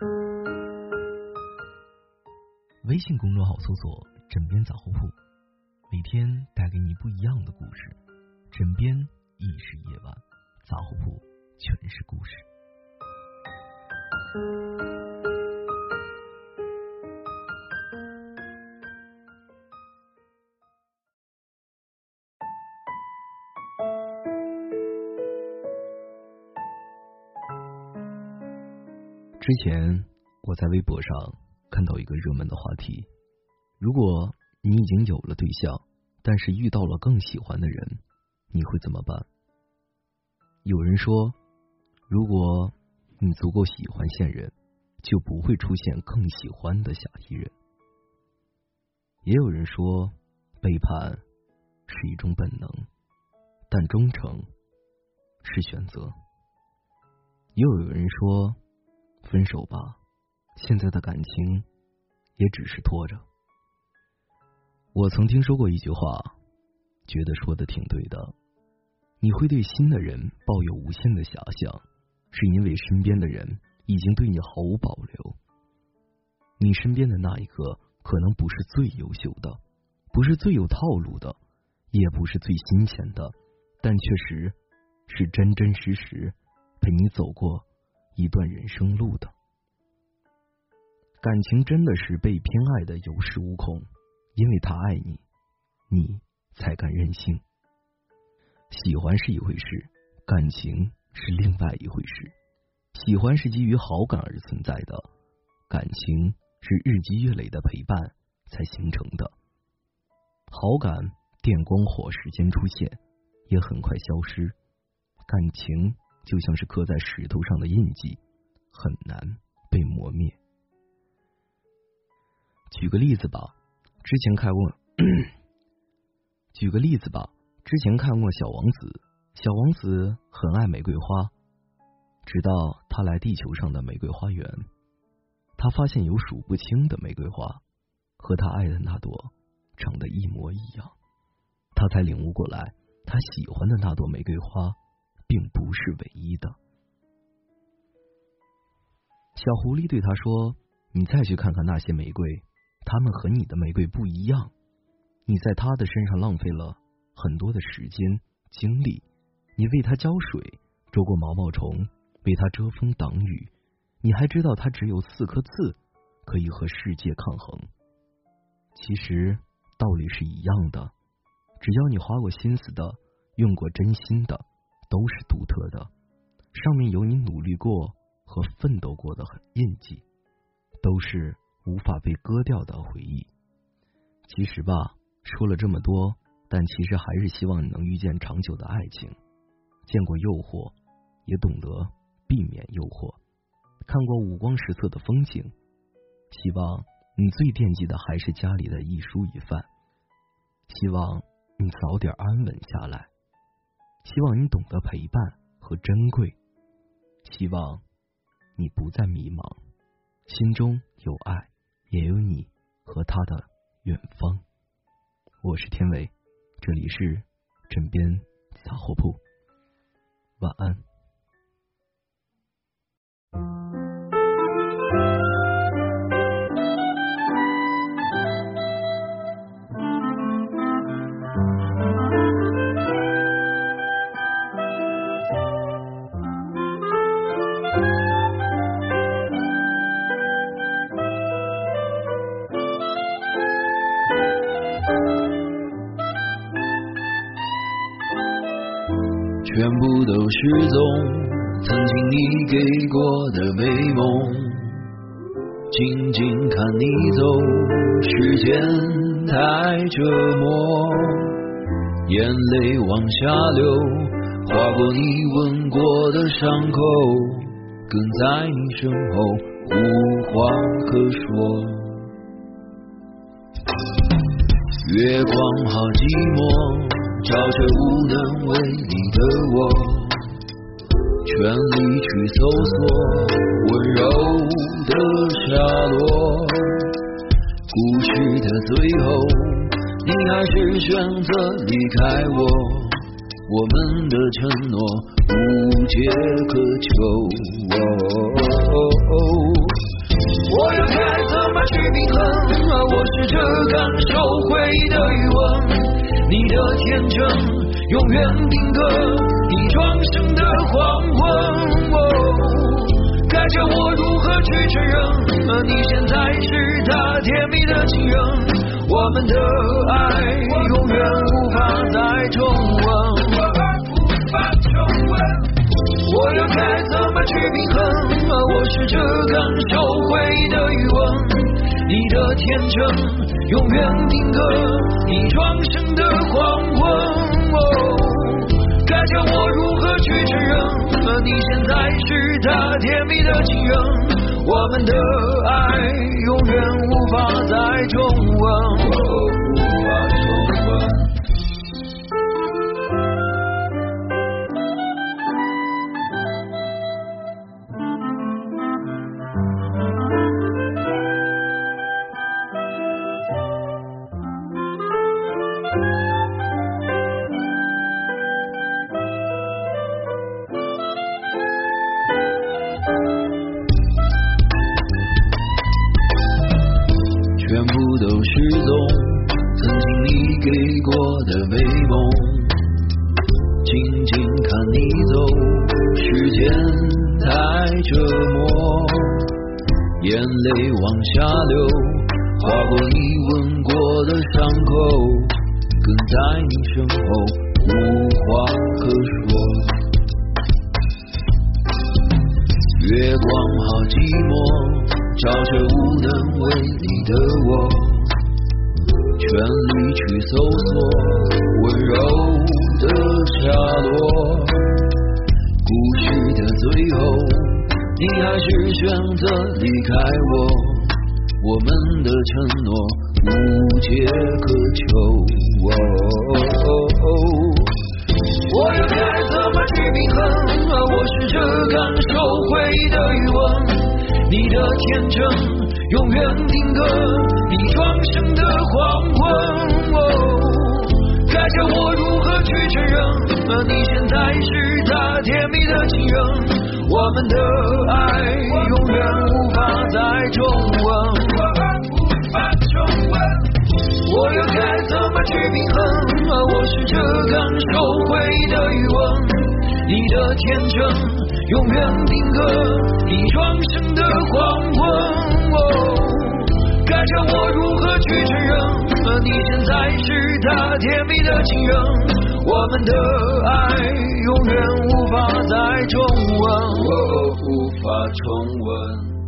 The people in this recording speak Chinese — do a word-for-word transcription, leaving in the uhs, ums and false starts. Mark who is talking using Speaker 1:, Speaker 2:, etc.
Speaker 1: 微信公众号搜索枕边杂货铺，每天带给你不一样的故事。枕边亦是夜晚，杂货铺全是故事。之前我在微博上看到一个热门的话题，如果你已经有了对象，但是遇到了更喜欢的人，你会怎么办？有人说，如果你足够喜欢现任，就不会出现更喜欢的下一任。也有人说，背叛是一种本能，但忠诚是选择。又有人说，分手吧，现在的感情也只是拖着。我曾听说过一句话，觉得说的挺对的。你会对新的人抱有无限的遐想，是因为身边的人已经对你毫无保留。你身边的那一个可能不是最优秀的，不是最有套路的，也不是最新鲜的，但确实是真真实实陪你走过一段人生路的。感情真的是被偏爱的有恃无恐，因为他爱你，你才敢任性。喜欢是一回事，感情是另外一回事。喜欢是基于好感而存在的，感情是日积月累的陪伴才形成的。好感电光火石间出现，也很快消失。感情就像是刻在石头上的印记，很难被磨灭。举个例子吧，之前看过举个例子吧，之前看过小王子，小王子很爱玫瑰花，直到他来地球上的玫瑰花园，他发现有数不清的玫瑰花，和他爱的那朵长得一模一样，他才领悟过来，他喜欢的那朵玫瑰花并不是唯一的。小狐狸对他说，你再去看看那些玫瑰，它们和你的玫瑰不一样，你在它的身上浪费了很多的时间精力，你为它浇水，捉过毛毛虫，为它遮风挡雨，你还知道它只有四颗刺可以和世界抗衡。其实道理是一样的，只要你花过心思的，用过真心的，都是独特的，上面有你努力过和奋斗过的印记，都是无法被割掉的回忆。其实吧，说了这么多，但其实还是希望你能遇见长久的爱情，见过诱惑，也懂得避免诱惑，看过五光十色的风景，希望你最惦记的还是家里的一蔬一饭，希望你早点安稳下来，希望你懂得陪伴和珍贵，希望你不再迷茫，心中有爱，也有你和他的远方。我是天伟，这里是枕边杂货铺，晚安。
Speaker 2: 全部都失踪，曾经你给过的美梦，静静看你走，时间太折磨，眼泪往下流，划过你吻过的伤口，跟在你身后无话可说。月光好寂寞，照着无能为力的我，全力去搜索温柔的下落。故事的最后，你还是选择离开我，我们的承诺无解可求。哦哦哦你的天真永远定格一庄生的黄昏、哦、该叫我如何去承认你现在是他甜蜜的情人，我们的爱永远无法再重温，我又该怎么去平衡？我试着感受回忆的余温，你的天真永远定格你庄生的黄昏、哦、该叫我如何去承认你现在是他甜蜜的情人，我们的爱永远无法再重温、哦、无法重温。全部都失踪，曾经你给过的美梦，静静看你走，时间太折磨，眼泪往下流，划过你吻过的伤口，跟在你身后无话可说，月光好寂寞，照着无能为力的我，全力去搜索温柔的下落，故事的最后你还是选择离开我，我们的承诺无解可求、哦哦哦、我又该怎么去平衡？我试着感受回忆的余温，你的天真永远定格你庄生的黄昏、哦、该叫我如何去承认你现在是他甜蜜的情人，我们的爱永远无法再重温，我又该怎么去平衡？我试着感受回忆的余温，你的天真永远定格你庄生的黄昏、哦、该叫我如何去承认你现在是他甜蜜的情人，我们的爱永远无法再重温、哦、无法重温。